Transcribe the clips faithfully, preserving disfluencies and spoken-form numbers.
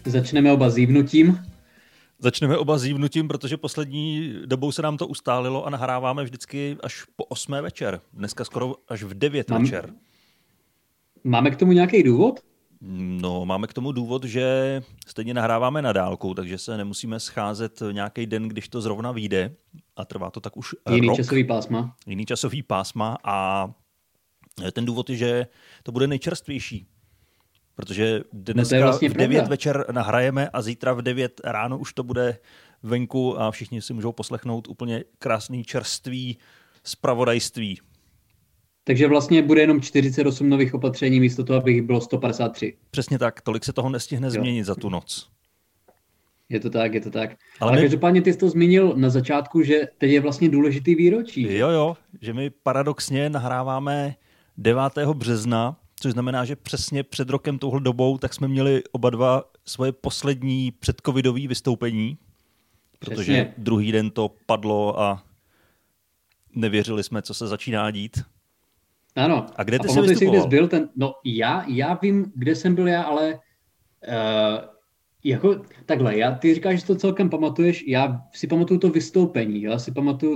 Začneme oba zívnutím. Začneme oba zívnutím, protože poslední dobou se nám to ustálilo a nahráváme vždycky až po osmé večer. Dneska skoro až v devět Mám... večer. Máme k tomu nějaký důvod? No, máme k tomu důvod, že stejně nahráváme na dálku, takže se nemusíme scházet nějaký den, když to zrovna vyjde. A trvá to tak už Jiný rok. časový pásma. Jiný časový pásma a ten důvod je, že to bude nejčerstvější. Protože dneska no vlastně v devět pravda. Večer nahrajeme a zítra v devět ráno už to bude venku a všichni si můžou poslechnout úplně krásný čerstvý zpravodajství. Takže vlastně bude jenom čtyřicet osm nových opatření místo toho, aby jich bylo sto padesát tři. Přesně tak, tolik se toho nestihne jo. změnit za tu noc. Je to tak, je to tak. Ale, Ale my... každopádně ty jsi to zmínil na začátku, že teď je vlastně důležitý výročí. Jo, jo, že my paradoxně nahráváme devátého března, což znamená, že přesně před rokem touhle dobou tak jsme měli oba dva svoje poslední předcovidové vystoupení, protože přesně. Druhý den to padlo a nevěřili jsme, co se začíná dít. Ano. A kde ty a jsi vystupoval? Si, kde jsi byl ten... No já, já vím, kde jsem byl já, ale uh, jako takhle, já, ty říkáš, že to celkem pamatuješ, já si pamatuju to vystoupení, já si pamatuju,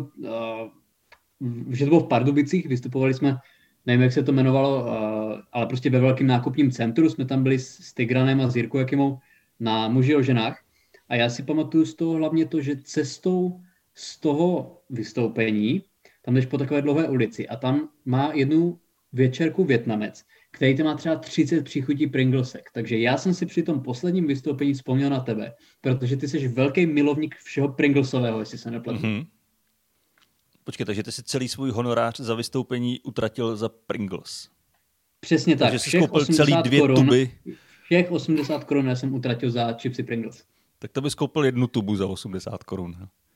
uh, že to bylo v Pardubicích, vystupovali jsme, nevím, jak se to jmenovalo, uh, ale prostě ve velkém nákupním centru, jsme tam byli s, s Tigranem a s Jirkou Jakimou na Muži o ženách a já si pamatuju z toho hlavně to, že cestou z toho vystoupení tam jdeš po takové dlouhé ulici a tam má jednu večerku Vietnamec, který tam má třeba třicet příchutí Pringlesek. Takže já jsem si při tom posledním vystoupení vzpomněl na tebe, protože ty jsi velký milovník všeho Pringlesového, jestli se nepletu. Mm-hmm. Počkej, takže ty si celý svůj honorář za vystoupení utratil za Pringles. Přesně tak. Takže jsi koupil celý dvě korun, tuby. Všech osmdesát korun já jsem utratil za chipsy Pringles. Tak to bys koupil jednu tubu za osmdesát korun.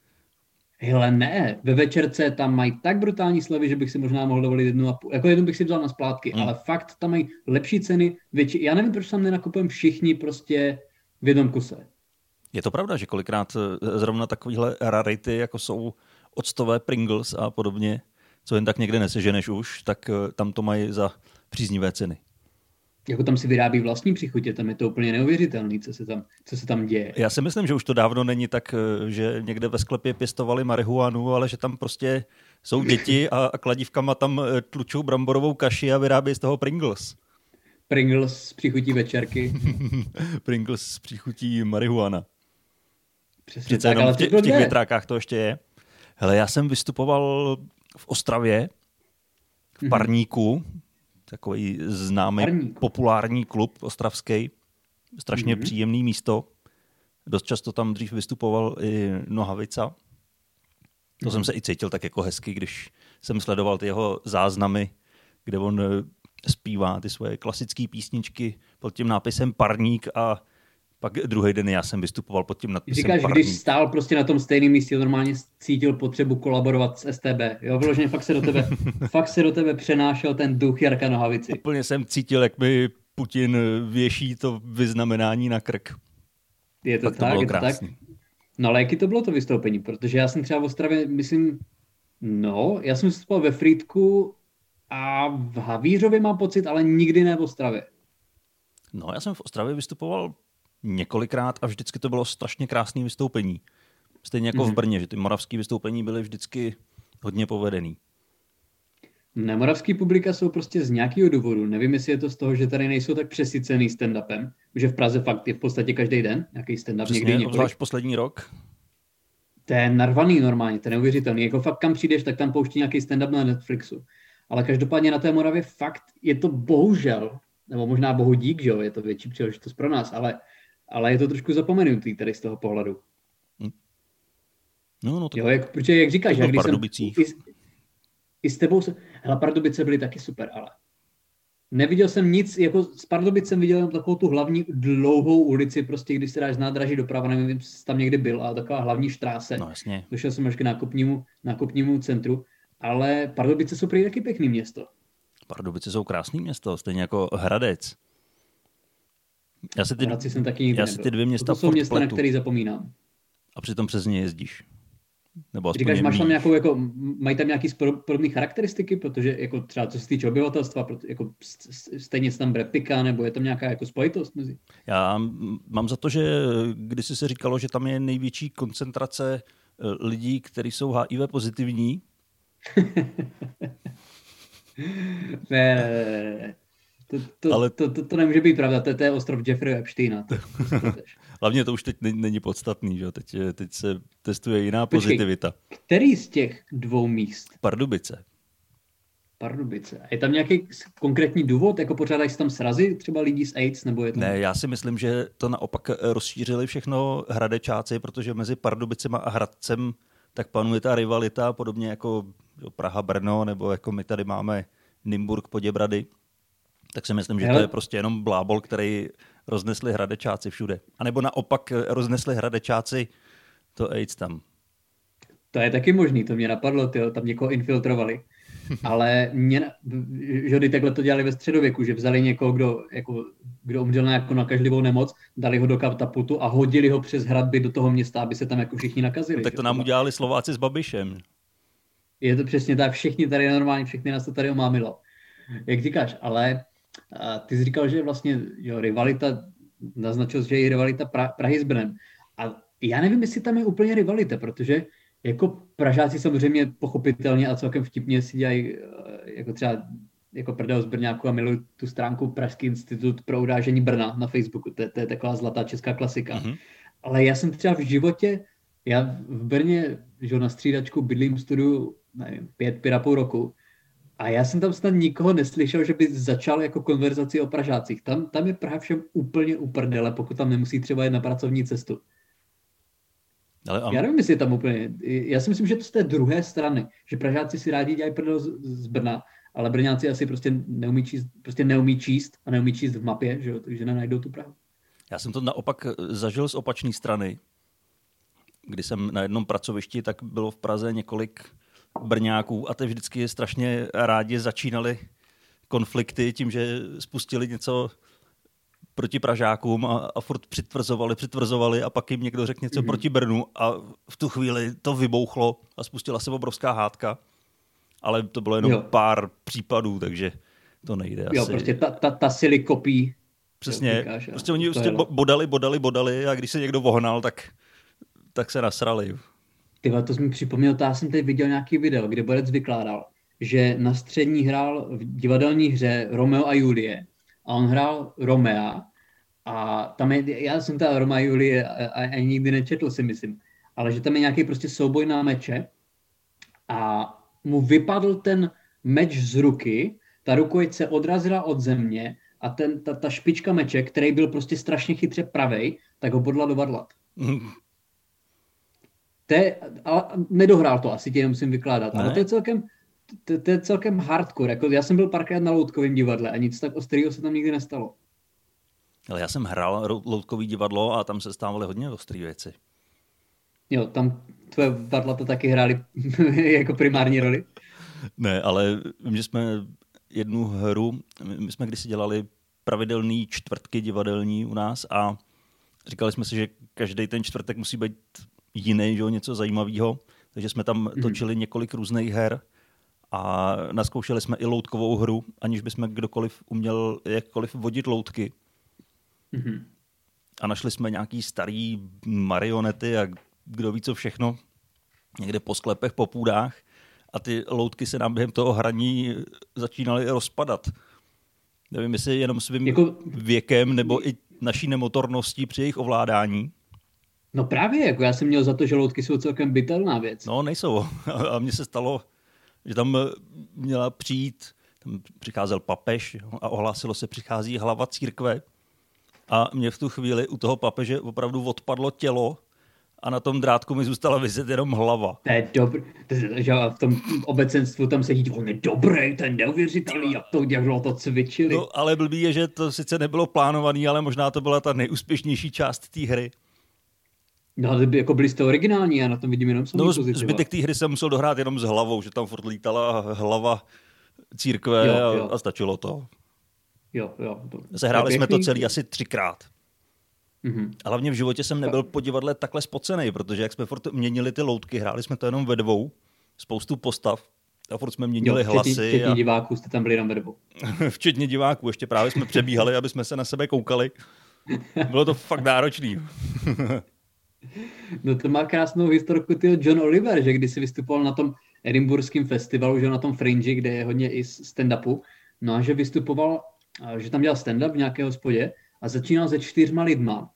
Hele, ne, ve večerce tam mají tak brutální slevy, že bych si možná mohl dovolit jednu a půl. Jako jednu bych si vzal na splátky, hmm. ale fakt tam mají lepší ceny. Větši... Já nevím, proč tam nenakupujeme všichni prostě v jednom kuse. Je to pravda, že kolikrát zrovna takovýhle rarity, jako jsou octové Pringles a podobně, co jen tak někde neseženeš už, tak tam to mají za příznivé ceny. Jako tam si vyrábí vlastní příchutě, tam je to úplně neuvěřitelný, co se tam, co se tam děje. Já si myslím, že už to dávno není tak, že někde ve sklepě pěstovali marihuanu, ale že tam prostě jsou děti a, a kladívkama tam tlučou bramborovou kaši a vyrábí z toho Pringles. Pringles s příchutí večerky. Pringles s příchutí marihuana. Přesně Přece tak, jenom ale v, tě, v těch větrákách to ještě je. Hele, já jsem vystupoval v Ostravě, v Parníku, mm-hmm. takový známý Parník. populární klub ostravský, strašně mm-hmm. příjemný místo. Dost často tam dřív vystupoval i Nohavica. To mm-hmm. jsem se i cítil tak jako hezky, když jsem sledoval ty jeho záznamy, kde on zpívá ty svoje klasické písničky pod tím nápisem Parník a pak druhý den já jsem vystupoval pod tím nadpisem Říkáš, Parník. když stál prostě na tom stejném místě, normálně cítil potřebu kolaborovat s S T B. Jo, vyloženě fakt se do tebe, fakt se do tebe přenášel ten duch Jarka Nohavici. Úplně jsem cítil, jak mi Putin věší to vyznamenání na krk. Je to tak, tak, to je to tak. No ale jaký to bylo to vystoupení? Protože já jsem třeba v Ostravě, myslím, no, já jsem vystupoval ve Frýdku a v Havířově mám pocit, ale nikdy ne v Ostravě. No, já jsem v Ostravě vystupoval několikrát a vždycky to bylo strašně krásné vystoupení. Stejně jako mm-hmm. v Brně, že ty moravské vystoupení byly vždycky hodně povedený. Ne, moravský publika jsou prostě z nějakého důvodu. Nevím, jestli je to z toho, že tady nejsou tak přesycený stand-upem, že v Praze fakt je v podstatě každý den nějaký stand-up. Přesně, někdy několik. Zvlášť poslední rok. To je narvaný normálně, to je neuvěřitelný. Jako fakt kam přijdeš, tak tam pouští nějaký stand-up na Netflixu. Ale každopádně na té Moravě fakt je to bohužel, nebo možná bohu dík, že jo, je to větší příležitost pro nás, ale Ale je to trošku zapomenutý tady z toho pohledu. Hm. No, no to jo, jak, protože jak říkáš, jak když jsem, i, i s tebou se, hele, Pardubice byly taky super, ale neviděl jsem nic, jako s Pardubic jsem viděl takovou tu hlavní dlouhou ulici, prostě když se dáš z nádraží doprava, nevím, jestli tam někdy byl, ale taková hlavní štráse. No jasně. Došel jsem až k nákupnímu, nákupnímu centru, ale Pardubice jsou prý taky pěkný město. Pardubice jsou krásný město, stejně jako Hradec. Já si ty, jsem taky já si ty dvě města to jsou města, pletu. Na který zapomínám. A přitom přes ně jezdíš. Nebo aspoň Říkáš, máš tam níž. nějakou, jako, mají tam nějaký podobné charakteristiky, protože jako třeba co se týče obyvatelstva, jako stejně se tam bere pika, nebo je tam nějaká jako spojitost mezi? Já mám za to, že kdysi se říkalo, že tam je největší koncentrace lidí, kteří jsou H I V pozitivní. ne, ne, ne, ne. To, to, Ale... to, to, to nemůže být pravda, to, to je ostrov Jeffrey Epsteina. To, to Hlavně to už teď není podstatný, že? Teď, teď se testuje jiná Počkej, pozitivita. Který z těch dvou míst? Pardubice. Pardubice. A je tam nějaký konkrétní důvod? Jako pořádají se tam srazy třeba lidí s AIDS? Nebo je tam... Ne, já si myslím, že to naopak rozšířili všechno Hradečáci, protože mezi Pardubicema a Hradcem tak panuje ta rivalita, podobně jako Praha, Brno, nebo jako my tady máme Nymburk, Poděbrady. Tak si myslím, že Hele. to je prostě jenom blábol, který roznesli Hradečáci všude. A nebo naopak roznesli Hradečáci to AIDS tam. To je taky možný, to mě napadlo, tyjo, tam někoho infiltrovali. Ale mě, že takhle to dělali ve středověku, že vzali někoho, kdo, jako, kdo umřel na jako nakažlivou nemoc, dali ho do katapultu a hodili ho přes hradby do toho města, aby se tam jako všichni nakazili. No, tak to nám udělali Slováci s Babišem. Je to přesně tak, všichni tady normálně, všechny nás to tady omámilo. Jak říkáš, ale a ty jsi říkal, že vlastně jo, rivalita, naznačil, že je rivalita pra, Prahy s Brnem. A já nevím, jestli tam je úplně rivalita, protože jako Pražáci samozřejmě pochopitelně a celkem vtipně si dělají jako třeba jako prdel z Brňáku a milují tu stránku Pražský institut pro urážení Brna na Facebooku. To, to je taková zlatá česká klasika. Mm-hmm. Ale já jsem třeba v životě, já v Brně, že na střídačku bydlím, studuju, nevím, pět, pět a půl roku. A já jsem tam snad nikoho neslyšel, že by začal jako konverzaci o Pražácích. Tam, tam je Praha všem úplně uprdele, pokud tam nemusí třeba jít na pracovní cestu. Ale am... Já nevím, jestli je tam úplně... Já si myslím, že to z té druhé strany, že Pražáci si rádi dělají prdel z, z Brna, ale Brňáci asi prostě neumí číst, prostě neumí číst a neumí číst v mapě, že jo? Takže nenajdou tu Prahu. Já jsem to naopak zažil z opačné strany. Když jsem na jednom pracovišti, tak bylo v Praze několik Brňáků a ty vždycky strašně rádi začínali konflikty tím, že spustili něco proti Pražákům a, a furt přitvrzovali, přitvrzovali a pak jim někdo řekl něco mm-hmm. proti Brnu a v tu chvíli to vybouchlo a spustila se obrovská hádka. Ale to bylo jenom jo. pár případů, takže to nejde jo, asi. Jo, prostě ta, ta, ta sily kopí. Přesně, říkáš, prostě oni prostě bodali, bodali, bodali a když se někdo vohnal, tak, tak se nasrali. Tyhle, to jsi mi připomněl, to já jsem teď viděl nějaký video, kde Borec vykládal, že na střední hrál v divadelní hře Romeo a Julie a on hrál Romea a tam je, já jsem ta Romeo a Julie ani nikdy nečetl, si myslím, ale že tam je nějaký prostě souboj na meče a mu vypadl ten meč z ruky, ta rukojeť se odrazila od země a ten, ta, ta špička meče, který byl prostě strašně chytře pravej, tak ho bodla do vadlat. Mm. To je, ale nedohrál to, asi tě nemusím vykládat, ne? Ale to je celkem, to, to je celkem hardcore. Jako já jsem byl párkrát na loutkovém divadle a nic tak ostrýho se tam nikdy nestalo. Ale já jsem hrál loutkový divadlo a tam se stávaly hodně ostrý věci. Jo, tam tvoje vadla to taky hrály jako primární roli? Ne, ale vím, že jsme jednu hru, my jsme kdysi dělali pravidelný čtvrtky divadelní u nás a říkali jsme si, že každý ten čtvrtek musí být jiný, že, něco zajímavého, takže jsme tam mm. točili několik různých her a naskoušeli jsme i loutkovou hru, aniž bychom kdokoliv uměl jakkoliv vodit loutky. Mm. A našli jsme nějaký starý marionety a kdo ví co všechno, někde po sklepech, po půdách a ty loutky se nám během toho hraní začínaly rozpadat. Nevím, jestli jenom svým jako... věkem nebo i naší nemotorností při jejich ovládání. No právě, jako já jsem měl za to, že loutky jsou celkem bytelná věc. No nejsou. A mně se stalo, že tam měla přijít, tam přicházel papež a ohlásilo se, přichází hlava církve a mě v tu chvíli u toho papeže opravdu odpadlo tělo a na tom drátku mi zůstala viset jenom hlava. To je dobrý, že v tom obecenstvu tam sedí, on je dobrý, ten neuvěřitelný, jak to dělalo, to cvičili. No ale blbý je, že to sice nebylo plánovaný, ale možná to byla ta nejúspěšnější část té hry. No, ale by jako byli jste originální, já na tom vidím jenom samý no, pozitiva. Zbytek té hry jsem musel dohrát jenom s hlavou, že tam furt lítala hlava církve jo, jo. A stačilo to. Jo, jo. Zahráli jsme to celý asi třikrát. Mm-hmm. A hlavně v životě jsem nebyl po divadle takhle spocenej, protože jak jsme furt měnili ty loutky, hráli jsme to jenom ve dvou, spoustu postav a furt jsme měnili jo, hlasy. Včetně, včetně a... diváků jste tam byli jenom ve dvou. Včetně diváků, ještě právě jsme přebíhali, aby jsme se na sebe koukali. Bylo to fakt náročný. No to má krásnou historku tyho John Oliver, že když si vystupoval na tom edinburském festivalu, že na tom Fringe, kde je hodně i stand-upu, no a že vystupoval, že tam dělal stand-up v nějaké hospodě a začínal se čtyřma lidma.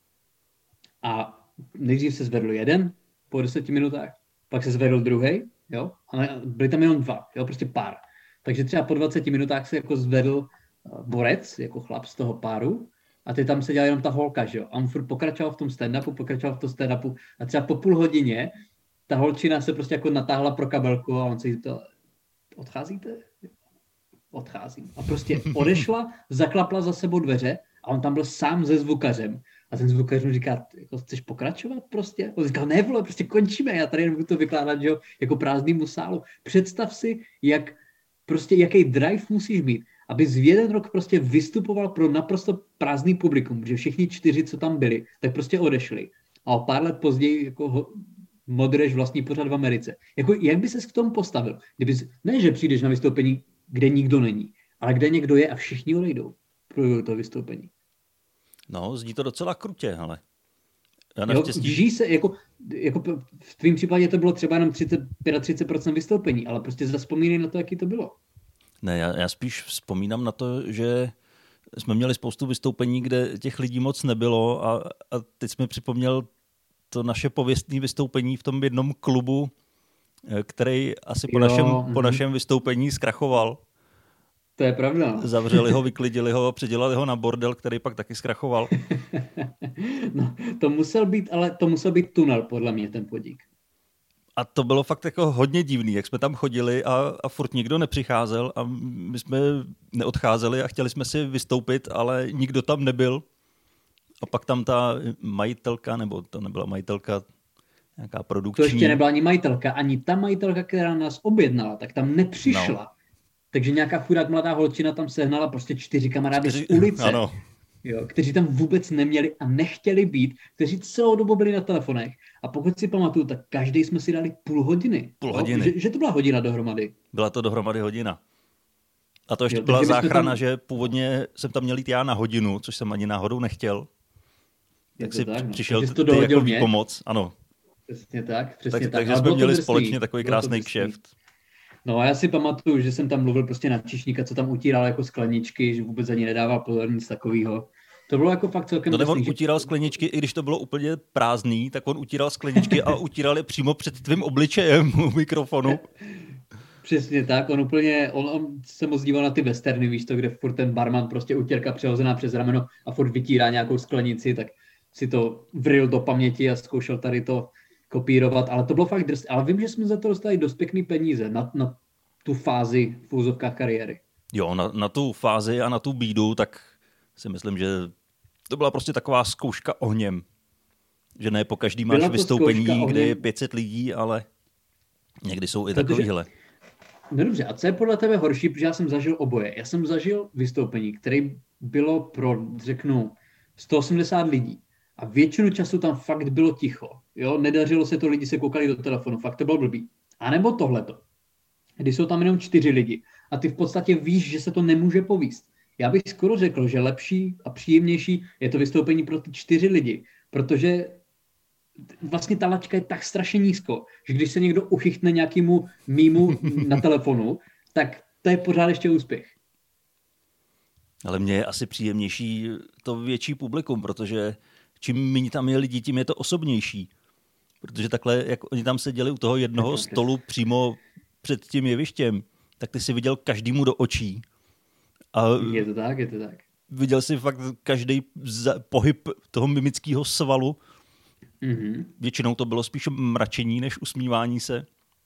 A nejdřív se zvedl jeden po deseti minutách, pak se zvedl druhý, jo, ale byli tam jenom dva, jo, prostě pár. Takže třeba po dvaceti minutách se jako zvedl borec, jako chlap z toho páru, a ty tam seděla jenom ta holka, že jo. A on furt pokračoval v tom stand-upu, pokračoval v tom stand-upu a třeba po půl hodině ta holčina se prostě jako natáhla pro kabelku a on se jí to, odcházíte? Odcházím. A prostě odešla, zaklapla za sebou dveře a on tam byl sám se zvukařem. A ten zvukař mu říká, jako chceš pokračovat prostě? On říkal, ne vole, prostě končíme, já tady nebudu to vykládat, že jo, jako prázdnému sálu. Představ si, jak prostě jaký drive musíš mít, abys v jeden rok prostě vystupoval pro naprosto prázdný publikum, protože všichni čtyři, co tam byli, tak prostě odešli. A o pár let později jako ho, moderuješ vlastní pořad v Americe. Jako, jak by ses k tomu postavil? Kdybys, ne, že přijdeš na vystoupení, kde nikdo není, ale kde někdo je a všichni odejdou pro to vystoupení. No, zní to docela krutě, ale... Jo, žijí se, jako, jako v tvým případě to bylo třeba jenom třicet, třicet pět procent vystoupení, ale prostě zavzpomínej na to, jaký to bylo. Ne, já, já spíš vzpomínám na to, že jsme měli spoustu vystoupení, kde těch lidí moc nebylo a, a teď jsme připomněl to naše pověstné vystoupení v tom jednom klubu, který asi po, jo, našem, mm. po našem vystoupení zkrachoval. To je pravda. Zavřeli ho, vyklidili ho a předělali ho na bordel, který pak taky zkrachoval. No, to musel být, ale to musel být tunel, podle mě, ten podnik. A to bylo fakt jako hodně divný, jak jsme tam chodili a, a furt nikdo nepřicházel a my jsme neodcházeli a chtěli jsme si vystoupit, ale nikdo tam nebyl. A pak tam ta majitelka, nebo to nebyla majitelka, nějaká produkční. To ještě nebyla ani majitelka, ani ta majitelka, která nás objednala, tak tam nepřišla. No. Takže nějaká chudák mladá holčina tam sehnala prostě čtyři kamarády čtyři, z ulice, ano. Jo, kteří tam vůbec neměli a nechtěli být, kteří celou dobu byli na telefonech. A pokud si pamatuju, tak každý jsme si dali půl hodiny. Půl hodiny. Že, že to byla hodina dohromady. Byla to dohromady hodina. A to ještě jo, byla záchrana, tam... že původně jsem tam měl jít já na hodinu, což jsem ani náhodou nechtěl. Tak si tak, no. přišel ty jako výpomoc. Ano. Přesně tak. Přesně tak, tak. Takže jsme měli společně takový krásný kšeft. No a já si pamatuju, že jsem tam mluvil prostě na číšníka, co tam utíral jako skleničky, že vůbec ani nedával pozor, nic takového. To bylo jako fakt celkem... No on utíral skleničky, i když to bylo úplně prázdný, tak on utíral skleničky a utíral je přímo před tvým obličejem u mikrofonu. Přesně tak, on úplně, on, on se moc díval na ty westerny, víš to, kde furt ten barman prostě utěrka přehozená přes rameno a furt vytírá nějakou sklenici, tak si to vril do paměti a zkoušel tady to kopírovat, ale to bylo fakt drst. Ale vím, že jsme za to dostali dost pěkný peníze na, na tu fázi v úzovkách kariéry. Jo, na, na tu fázi a na tu bídu, tak si myslím, že to byla prostě taková zkouška ohněm. Že ne po každý máš vystoupení, kde je pět set lidí, ale někdy jsou i takovýhle. No dobře, a co je podle tebe horší, protože já jsem zažil oboje. Já jsem zažil vystoupení, které bylo pro, řeknu, sto osmdesát lidí. A většinu času tam fakt bylo ticho. Jo? Nedařilo se to, lidi se koukali do telefonu, fakt to bylo blbý. A nebo tohleto, když jsou tam jenom čtyři lidi a ty v podstatě víš, že se to nemůže povíst. Já bych skoro řekl, že lepší a příjemnější je to vystoupení pro ty čtyři lidi, protože vlastně ta laťka je tak strašně nízko, že když se někdo uchychtne nějakému mýmu na telefonu, tak to je pořád ještě úspěch. Ale mně je asi příjemnější to větší publikum, protože čím méně tam je lidí, tím je to osobnější. Protože takhle, jak oni tam seděli u toho jednoho stolu přímo před tím jevištěm, tak ty si viděl každému do očí. A je to tak, je to tak. Viděl si fakt každý pohyb toho mimického svalu. Mm-hmm. Většinou to bylo spíš mračení, než usmívání se.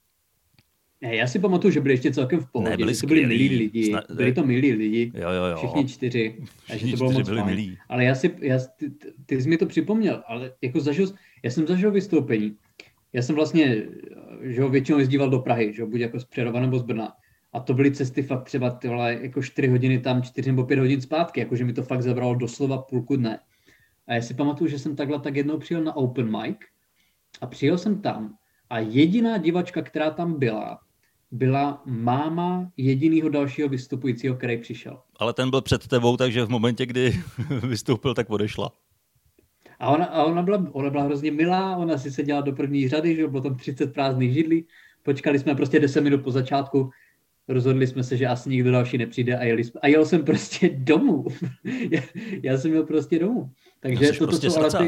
Já si pamatuju, že byli ještě celkem v pohodě. Ne, byli to byli milí lidi. Sna... Byli to milí lidi. Jo, jo, jo. Všichni čtyři. Všichni to bylo čtyři moc byli fajn. Milí. Ale já si, já, ty, ty jsi mi to připomněl, ale jako zažil, já jsem zažil vystoupení. Já jsem vlastně, že ho většinou jezdíval do Prahy, že ho buď jako z Přerova nebo z Brna. A to byly cesty fakt třeba tyhle, jako čtyři hodiny tam, čtyři nebo pět hodin zpátky, jakože mi to fakt zabralo doslova půlku dne. A já si pamatuju, že jsem takhle tak jednou přijel na open mic a přijel jsem tam a jediná divačka, která tam byla, byla máma jedinýho dalšího vystupujícího, který přišel. Ale ten byl před tebou, takže v momentě, kdy vystoupil, tak odešla. A ona, a ona, byla, ona byla hrozně milá, ona si seděla do první řady, že bylo tam třicet prázdných židlí, počkali jsme prostě deset minut po začátku, rozhodli jsme se, že asi nikdo další nepřijde a, jeli jsme, a jel jsem prostě domů. já, já jsem jel prostě domů. Takže to, to prostě jsou ale ty...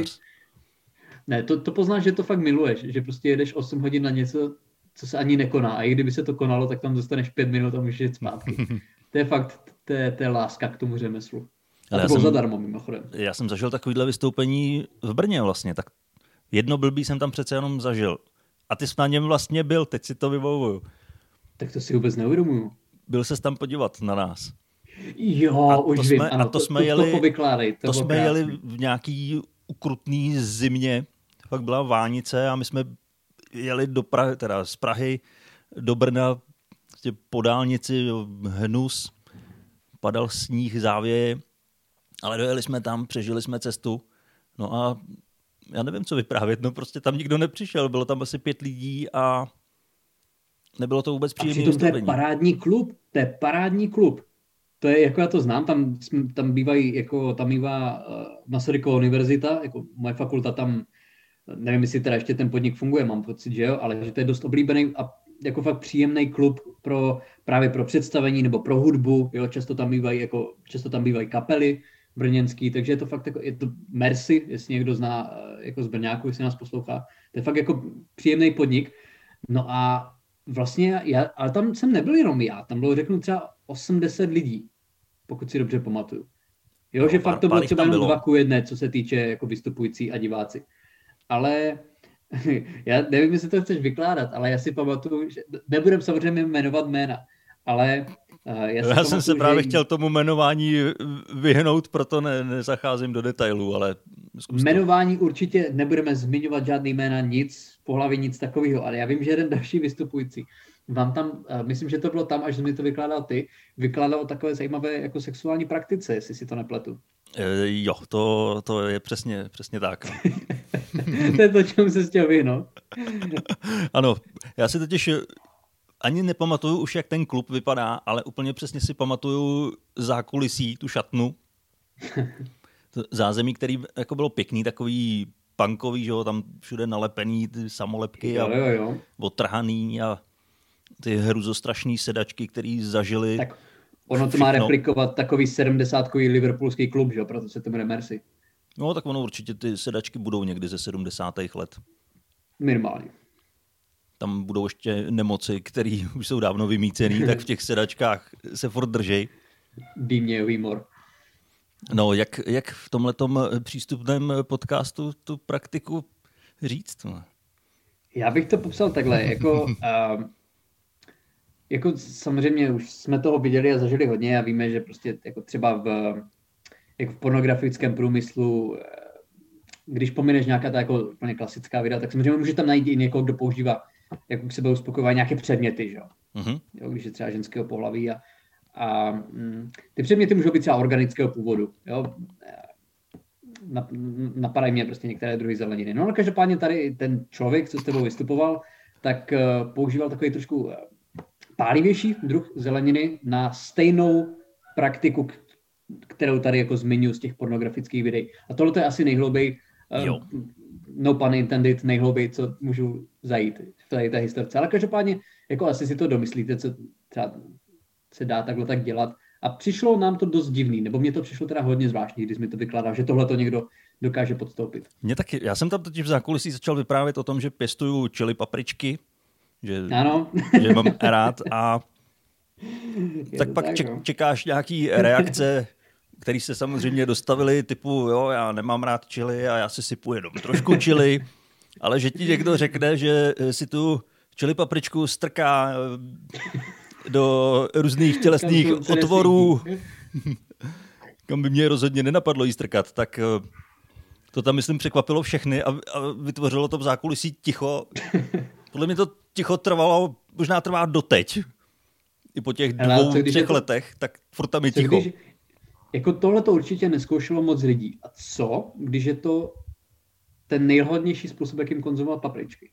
Ne, to, to poznáš, že to fakt miluješ, že prostě jedeš osm hodin na něco, co se ani nekoná. A i kdyby se to konalo, tak tam dostaneš pět minut a můžeš jít zpátky. To je fakt, to je, to je láska k tomu řemeslu. A to bylo zadarmo mimochodem. Já jsem zažil takovýhle vystoupení v Brně vlastně, tak jedno blbý jsem tam přece jenom zažil. A ty jsi na něm vlastně byl, teď si to vybavuju. Tak to si vůbec neuvědomuju. Byl ses tam podívat na nás. Jo, a už jsme, vím, ano, a to, to, jsme to, jeli, to, povykládej, to, to jsme krásný. jeli v nějaký ukrutný zimě, pak byla vánice a my jsme jeli do Prahy, teda z Prahy do Brna prostě po dálnici, hnus, padal sníh, závěje, ale dojeli jsme tam, přežili jsme cestu, no a já nevím, co vyprávět, no prostě tam nikdo nepřišel, bylo tam asi pět lidí a nebylo to vůbec příjemné vystoupení. To je parádní klub, to je parádní klub. To je, jako já to znám, tam, tam bývají, jako tam bývá uh, Masarykova univerzita, jako moje fakulta tam, nevím, jestli teda ještě ten podnik funguje, mám pocit, že jo, ale že to je dost oblíbený a jako fakt příjemný klub pro, právě pro představení nebo pro hudbu, jo, často tam bývají, jako, často tam bývají kapely brněnský, takže je to fakt jako, je to Mercy, jestli někdo zná jako z Brňáku, jestli nás poslouchá, to je fakt jako příjemný podnik. No a vlastně, já, ale tam jsem nebyl jenom já, tam bylo řeknu třeba osmdesát lidí, pokud si dobře pamatuju. Jo, no, že fakt to bylo třeba jenom dva ku jedné, co se týče jako vystupující a diváci. Ale já nevím, jestli to chceš vykládat, ale já si pamatuju, že nebudem samozřejmě jmenovat jména, ale uh, já, si já pamatuju, jsem se právě že... chtěl tomu jmenování vyhnout, proto ne, nezacházím do detailů, ale jmenování určitě nebudeme zmiňovat žádný jména, nic, po hlavě nic takového, ale já vím, že jeden další vystupující vám tam, uh, myslím, že to bylo tam, až jsi mi to vykládal ty, vykládal o takové zajímavé jako sexuální praktice, jestli si to nepletu. E, jo, to, to je přesně, přesně tak. To je to, čemu se chtěl vyhnout. Ano, já si totiž ani nepamatuju už, jak ten klub vypadá, ale úplně přesně si pamatuju zákulisí, tu šatnu. To zázemí, který jako bylo pěkný, takový punkový, že jo, tam všude nalepený ty samolepky jo, jo, jo. a otrhaný a ty hruzostrašný sedačky, který zažili. Tak ono to má replikovat takový sedmdesátkový liverpoolský klub, že jo, proto se to jmenuje Mercy. No, tak ono určitě ty sedačky budou někdy ze sedmdesátých let. Minimálně. Tam budou ještě nemoci, které už jsou dávno vymícený, tak v těch sedačkách se furt držej. Dýmějový mor. No, jak, jak v tomhletom přístupném podcastu tu praktiku říct? Já bych to popsal takhle, jako, uh, jako samozřejmě už jsme toho viděli a zažili hodně a víme, že prostě jako třeba v, jako v pornografickém průmyslu, když pomineš nějaká ta jako úplně klasická videa, tak samozřejmě může tam najít i někoho, kdo používá jako k sebe uspokojovat nějaké předměty, že? Uh-huh. Jo, když je třeba ženského pohlaví a, a mm, ty předměty můžou být třeba organického původu, jo? Napadají mě prostě některé druhy zeleniny. No ale každopádně tady ten člověk, co s tebou vystupoval, tak uh, používal takový trošku uh, pálivější druh zeleniny na stejnou praktiku, kterou tady jako zmiňuji z těch pornografických videí. A tohle je asi nejhlouběji, uh, no pun intended, nejhlouběji, co můžu zajít v té, té historce. Ale každopádně jako asi si to domyslíte, co třeba se dá takhle tak dělat. A přišlo nám to dost divný, nebo mně to přišlo teda hodně zvláštní, když mi to vykládal, že tohle to někdo dokáže podstoupit. Mně taky, já jsem tam totiž v zákulisí začal vyprávět o tom, že pěstuju chili papričky, že, ano. že mám rád a tak pak tak, ček, no. čekáš nějaký reakce, které se samozřejmě dostavily, typu jo, já nemám rád chili a já si sypu jenom trošku chili, ale že ti někdo řekne, že si tu chili papričku strká do různých tělesných otvorů, kam by mě rozhodně nenapadlo jí strkat, tak to tam, myslím, překvapilo všechny a, a vytvořilo to v zákulisí ticho. Podle mě to ticho trvalo, možná trvá doteď. I po těch dvou, Hele, třech to, letech, tak furt tam je co ticho. Když, jako tohle to určitě neskoušelo moc lidí. A co, když je to ten nejhodnější způsob, jakým konzumovat papričky?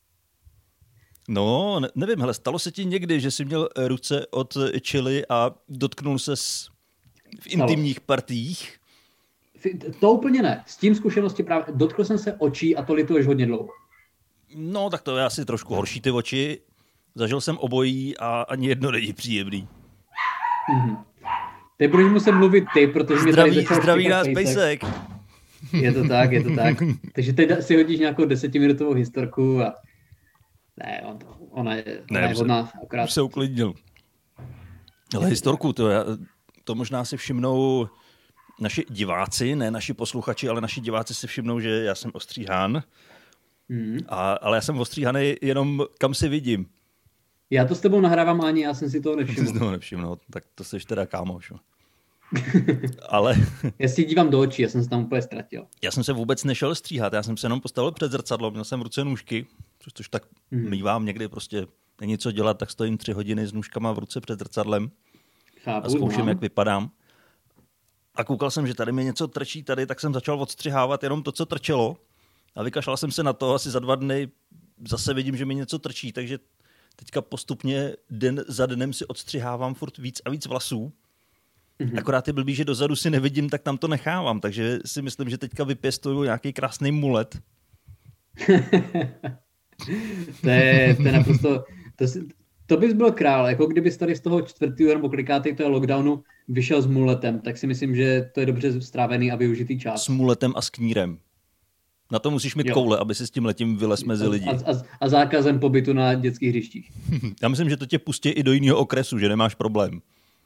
No, ne, nevím, hele, stalo se ti někdy, že jsi měl ruce od chili a dotknul se s, v Stalo. intimních partiích? To úplně ne. S tím zkušenosti právě dotkl jsem se očí a to lituješ hodně dlouho. No, tak to je asi trošku horší ty oči. Zažil jsem obojí a ani jedno není příjemný. Mm-hmm. Teď budeš muset mluvit ty, protože mě Zdraví, tady zdraví nás pejsek. Je to tak, je to tak. Takže teď si hodíš nějakou desetiminutovou historku a ne, on to, ona je, ona ne, je hodná, akorát. Už se uklidnil. Ale historku, to, je, to možná si všimnou naši diváci, ne naši posluchači, ale naši diváci si všimnou, že já jsem ostříhán. Mm. A, ale já jsem ostříhaný jenom kam si vidím. Já to s tebou nahrávám, ani já jsem si toho nevšiml. Jsi toho nevšiml, tak to jsi teda kámoš. Ale... Já si dívám do očí, já jsem se tam úplně ztratil. Já jsem se vůbec nešel stříhat, já jsem se jenom postavil před zrcadlo, měl jsem v ruce nůžky, což tak mm. mívám někdy, prostě není co dělat, tak stojím tři hodiny s nůžkama v ruce před zrcadlem. Chápu, a zkouším, mám. jak vypadám. A koukal jsem, že tady mi něco trčí tady, tak jsem začal odstřihávat jenom to, co trčelo. A vykašlal jsem se na to, asi za dva dny zase vidím, že mi něco trčí, takže teďka postupně den za dnem si odstřihávám furt víc a víc vlasů. Mm-hmm. Akorát je blbý, že dozadu si nevidím, tak tam to nechávám. Takže si myslím, že teďka vypěstuju nějaký krásný mulet. to, je, to je naprosto... To, si, to bys byl král. Jako kdybys tady z toho čtvrtého nebo klikátej toho lockdownu vyšel s muletem, tak si myslím, že to je dobře strávený a využitý čas. S muletem a s knírem. Na to musíš mít jo. koule, aby si s tím letím vylez mezi lidi. A, a, a zákazem pobytu na dětských hřištích. Já myslím, že to tě pustí i do jiného okresu, že nemáš problém.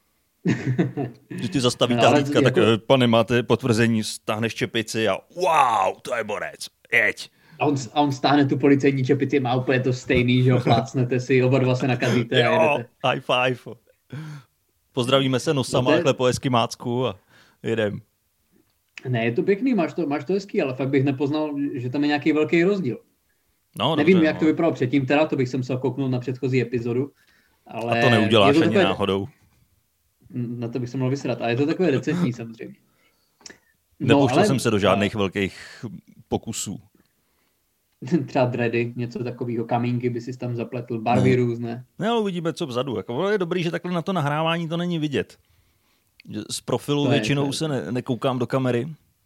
Že ti zastaví no, ta hlídka, jako... tak pane, máte potvrzení, stáhneš čepici a wow, to je borec, jeď. A on, a on stáhne tu policejní čepici, má úplně to stejný, že jo, plácnete si, oba dva se nakazíte jo, a jedete. High five. Pozdravíme se nosama, takhle po eskimácku a jedem. Ne, je to pěkný, máš to, máš to hezký, ale fakt bych nepoznal, že tam je nějaký velký rozdíl. No, Nevím, dobře, jak no. to vypadalo předtím, teda to bych se musel kouknout na předchozí epizodu. Ale a to neuděláš to ani takové... náhodou. Na to bych se mohl vysrat, ale je to takové decentní samozřejmě. No, Nepouštěl ale... jsem se do žádných velkých pokusů. Třeba dready, něco takového, kamínky by si tam zapletl, barvy no. různé. No, ale uvidíme, co vzadu. Jako, je dobrý, že takhle na to nahrávání to není vidět. Z profilu to většinou je, se ne, nekoukám do kamery.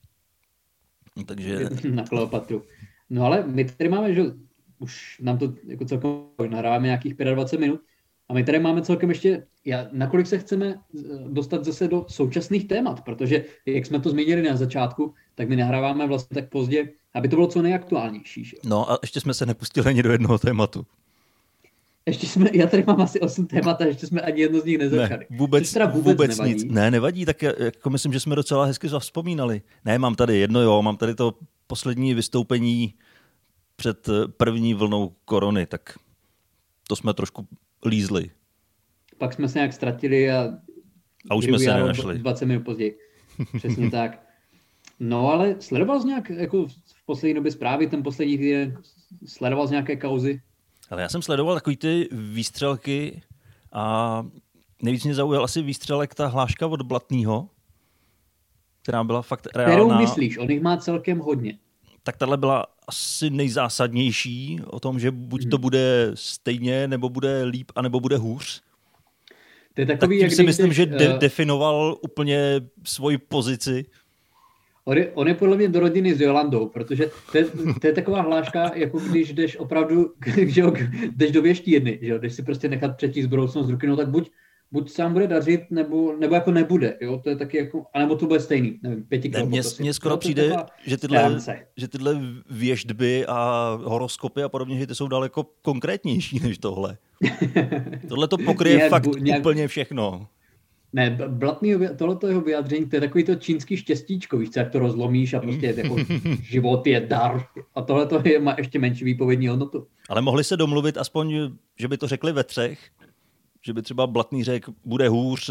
Takže... Na Kleopatru. No ale my tady máme, že už nám to jako celkem nahráváme nějakých dvacet pět minut a my tady máme celkem ještě, já, nakolik se chceme dostat zase do současných témat, protože jak jsme to zmínili na začátku, tak my nahráváme vlastně tak pozdě, aby to bylo co nejaktuálnější. Že? No a ještě jsme se nepustili ani do jednoho tématu. Ještě jsme, já tady mám asi osm témat a ještě jsme ani jedno z nich nezačali. Ne, vůbec, teda vůbec, vůbec nic. Ne, nevadí, tak jako myslím, že jsme docela hezky zavzpomínali. Ne, mám tady jedno, jo, mám tady to poslední vystoupení před první vlnou korony, tak to jsme trošku lízli. Pak jsme se nějak ztratili a, a už jsme se nenašli. dvacet minut později. Přesně tak. No ale sledoval jsi nějak jako v poslední době zprávy, ten poslední týden, sledoval jsi nějaké kauzy? Ale já jsem sledoval takový ty výstřelky a nejvíc mě zaujal asi výstřelek ta hláška od Blatnýho, která byla fakt reálná. Kterou myslíš? On jich má celkem hodně. Tak tahle byla asi nejzásadnější o tom, že buď hmm. to bude stejně, nebo bude líp, anebo bude hůř. To je takový, tak jak si myslím, jdeš, že de- uh... definoval úplně svoji pozici. On je, on je podle mě do rodiny s Jolandou, protože to je, to je taková hláška, jako když jdeš opravdu, že jo, jdeš do věštírny, že jo, jdeš si prostě nechat přečíst budoucnost z ruky, no tak buď, buď se vám bude dařit, nebo, nebo jako nebude, jo, to je taky jako, anebo to bude stejný, nevím, pěti ne, mně, mně skoro přijde, že tyhle, že tyhle věštby a horoskopy a podobně, že ty jsou daleko konkrétnější než tohle. Tohle to pokryje nějak, fakt nějak... úplně všechno. Ne, Blatný, tohleto jeho vyjádření, to je takový to čínský štěstíčko, víš co, jak to rozlomíš a prostě jako život je dar. A tohleto je, má ještě menší výpovědní hodnotu. Ale mohli se domluvit aspoň, že by to řekli ve třech, že by třeba Blatný řekl, bude hůř,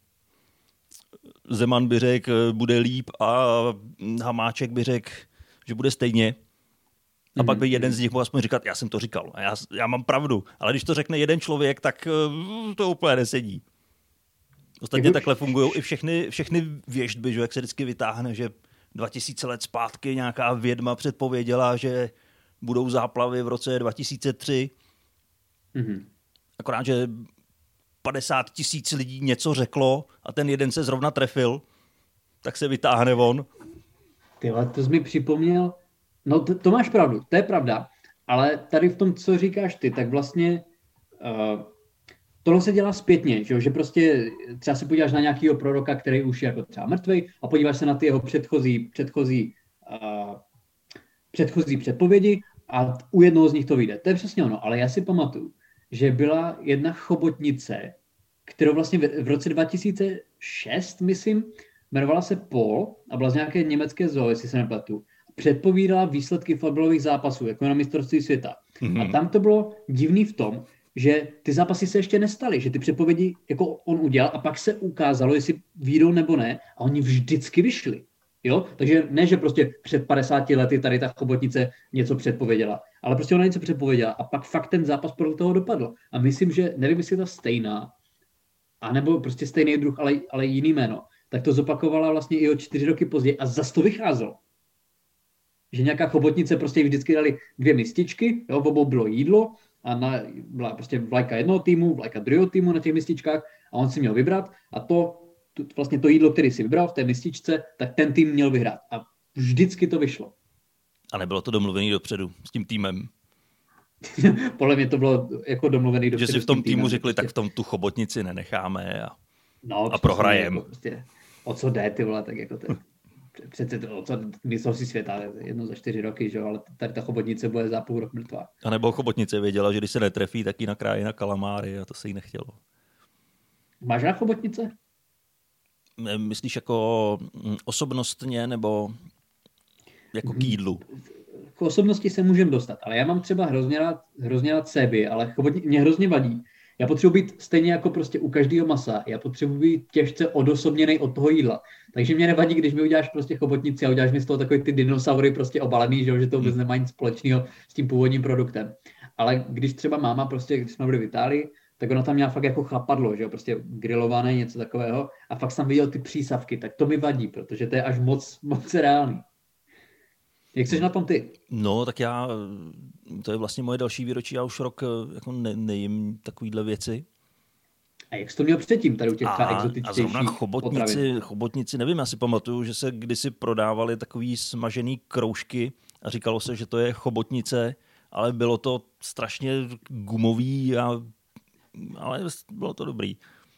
Zeman by řekl, bude líp a Hamáček by řekl, že bude stejně. A mm-hmm. pak by jeden z nich mohl aspoň říkat, já jsem to říkal, já, já mám pravdu. Ale když to řekne jeden člověk, tak to úplně nesedí. Ostatně jako... takhle fungují i všechny, všechny věštby, že jak se vždycky vytáhne, že dva tisíce let zpátky nějaká vědma předpověděla, že budou záplavy v roce dva tisíce tři. Mm-hmm. Akorát, že padesát tisíc lidí něco řeklo a ten jeden se zrovna trefil, tak se vytáhne on. Tyhle, to jsi mi připomněl. No to, to máš pravdu, to je pravda. Ale tady v tom, co říkáš ty, tak vlastně uh, tohle se dělá zpětně, že, že prostě třeba se podíváš na nějakého proroka, který už je jako třeba mrtvej a podíváš se na ty jeho předchozí, předchozí, uh, předchozí předpovědi a u jednoho z nich to vyjde. To je přesně ono, ale já si pamatuju, že byla jedna chobotnice, kterou vlastně v, v roce dva tisíce šest, myslím, jmenovala se Paul a byla z nějaké německé zoo, jestli se nepletu. Předpovídala výsledky fotbalových zápasů, jako na mistrovství světa. Mm-hmm. A tam to bylo divný v tom, že ty zápasy se ještě nestaly, že ty předpovědi jako on udělal a pak se ukázalo, jestli vyjdou nebo ne a oni vždycky vyšli. Jo? Takže ne, že prostě před padesáti lety tady ta chobotnice něco předpověděla, ale prostě ona něco předpověděla a pak fakt ten zápas podle toho dopadl. A myslím, že nevím, jestli je ta stejná, anebo prostě stejný druh, ale, ale jiný jméno. Tak to zopakovala vlastně i o čtyři roky později a zas to vycházelo. Že nějaká chobotnice prostě vždycky dali dvě mističky, jo, v obou bylo jídlo a na, byla prostě vlajka jednoho týmu, vlajka druhého týmu na těch mističkách a on si měl vybrat a to, to vlastně to jídlo, který si vybral v té mističce, tak ten tým měl vyhrát a vždycky to vyšlo. A nebylo to domluvený dopředu s tím týmem? Podle mě to bylo jako domluvený dopředu. Že si v tom týmu týmem, řekli, prostě. Tak v tom tu chobotnici nenecháme a, no, a prohrajem. Jako prostě, o co jde, ty vole, tak jako to přece to, co mistrovství světa, jedno za čtyři roky, že? Ale tady ta chobotnice bude za půl rok mrtvá. A nebo chobotnice věděla, že když se netrefí, tak ji nakrájí na kalamáry a to se jí nechtělo. Máš na chobotnice? Myslíš jako osobnostně nebo jako k jídlu? K osobnosti se můžeme dostat, ale já mám třeba hrozně rád, hrozně rád séby, ale chobotni, mě hrozně vadí. Já potřebuji být stejně jako prostě u každého masa. Já potřebuji být těžce odosobněný od toho jídla. Takže mě nevadí, když mi uděláš prostě chobotnici a uděláš mi z toho takový ty dinosaury prostě obalený, že, že to vůbec nemá nic společného s tím původním produktem. Ale když třeba máma prostě, když jsme byli v Itálii, tak ona tam měla fakt jako chapadlo, že jo, prostě grilované, něco takového. A fakt jsem viděl ty přísavky, tak to mi vadí, protože to je až moc, moc reálný. Jak jsi na tom ty? No, tak já, to je vlastně moje další výročí, já už rok jako ne, nejím takovýhle věci. A jak jsi to měl předtím, tady u těch exotičtějších potravin? A zrovna chobotnici, chobotnici, nevím, já si pamatuju, že se kdysi prodávali takový smažený kroužky a říkalo se, že to je chobotnice, ale bylo to strašně gumový, a, ale bylo to dobrý.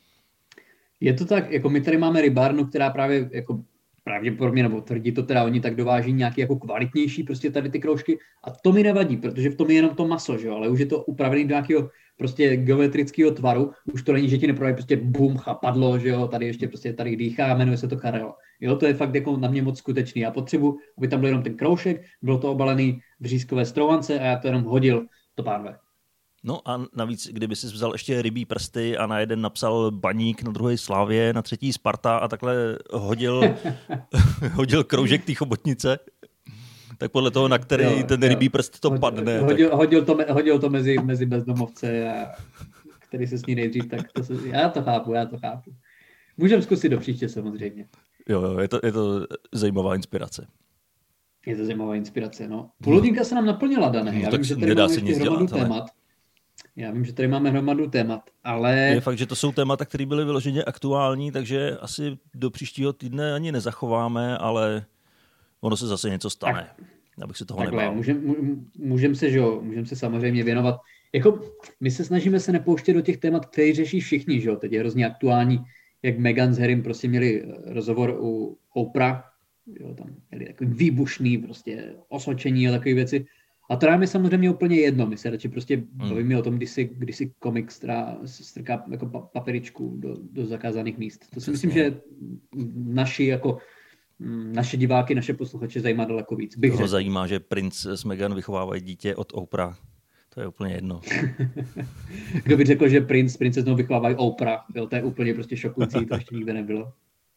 Je to tak, jako my tady máme rybárnu, která právě jako pravděpodobně, nebo tvrdí to teda, oni tak dováží nějaký jako kvalitnější prostě tady ty kroužky a to mi nevadí, protože v tom je jenom to maso, že jo, ale už je to upravený do nějakého prostě geometrického tvaru, už to není, že ti neprodají prostě bum, chapadlo, že jo, tady ještě prostě tady dýchá, jmenuje se to karel. Jo, to je fakt jako na mě moc skutečný. Já potřebuji, aby tam byl jenom ten kroužek, bylo to obalený v řízkové strovance a já to jenom hodil do pánve. No a navíc, kdyby si vzal ještě rybí prsty a na jeden napsal Baník, na druhý Slavie, na třetí Sparta a takhle hodil, hodil kroužek té chobotnice, tak podle toho, na který jo, ten rybí jo. prst to hodil, padne. Hodil, tak... hodil, to, hodil to mezi, mezi bezdomovce, a, který se sní nejdřív, tak to se, já to chápu, já to chápu. Můžeme zkusit do příště samozřejmě. Jo, jo, je to, je to zajímavá inspirace. Je to zajímavá inspirace, no. Půl hodinka se nám naplnila, Dané. Já no, vím, že tady máme ještě hromadu témat. Já vím, že tady máme hromadu témat, ale... Je fakt, že to jsou témata, které byly vyloženě aktuální, takže asi do příštího týdne ani nezachováme, ale ono se zase něco stane. Tak, abych si toho nebál. Můžeme můžem se, že jo, můžem se samozřejmě věnovat. Jako, my se snažíme se nepouštět do těch témat, které řeší všichni, že jo. Teď je hrozně aktuální, jak Meghan s Harrym prostě měli rozhovor u Oprah, jo, tam měli takový výbušný prostě osočení a takové věci. A to nám je samozřejmě úplně jedno. My se radši prostě hmm. bavíme o tom, když si, když si komik strá, strká jako paperičku do, do zakázaných míst. To si Přesně. myslím, že naši, jako, naše diváky, naše posluchače zajímá daleko víc. Bych Toho zajímá, že princ s Meghan vychovávají dítě od Oprah. To je úplně jedno. Kdo by řekl, že princ s princeznou vychovávají Oprah? Jo, to je úplně prostě šokující, to ještě nikde nebylo.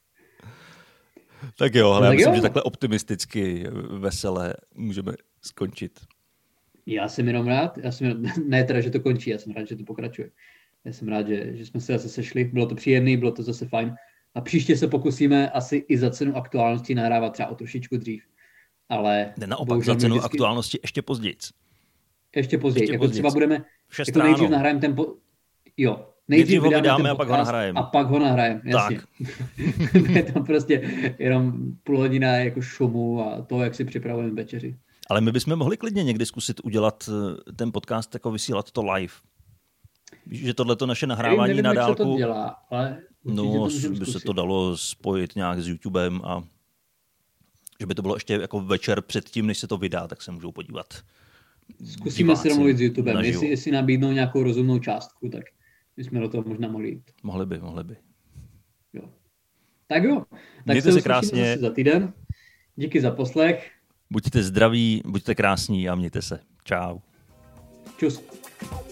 Tak jo, ale no, já myslím, jo. že takhle optimisticky, veselé můžeme skončit. Já jsem jenom rád, já jsem, ne teda, že to končí, já jsem rád, že to pokračuje. Já jsem rád, že, že jsme se zase sešli. Bylo to příjemný, bylo to zase fajn. A příště se pokusíme asi i za cenu aktuálnosti nahrávat třeba o trošičku dřív. Ale ne, naopak za cenu vždycky... aktuálnosti ještě později. Ještě později. Ještě jako později. Třeba budeme, Šest jako nejdřív nahrajeme ten po... Jo. Nejdřív ho vydáme a pak ho nahrajeme. A pak ho nahrajeme, jasně. Tak. Je to prostě jenom půl hodina jako šumu a to, jak si připravujeme večeři. Ale my bychom mohli klidně někdy zkusit udělat ten podcast, jako vysílat to live. Víš, že tohleto naše nahrávání nevím, na jak dálku... se to dělá, ale no, by se to dalo spojit nějak s YouTubem a že by to bylo ještě jako večer předtím, než se to vydá, tak se můžou podívat. Zkusíme si domluvit s YouTubem, jestli, jestli nabídnou nějakou rozumnou částku, tak my jsme do toho možná mohli jít. Mohli by, mohli by. Jo. Tak jo, tak mějte se krásně za týden. Díky za poslech. Buďte zdraví, buďte krásní a mějte se. Čau. Čus.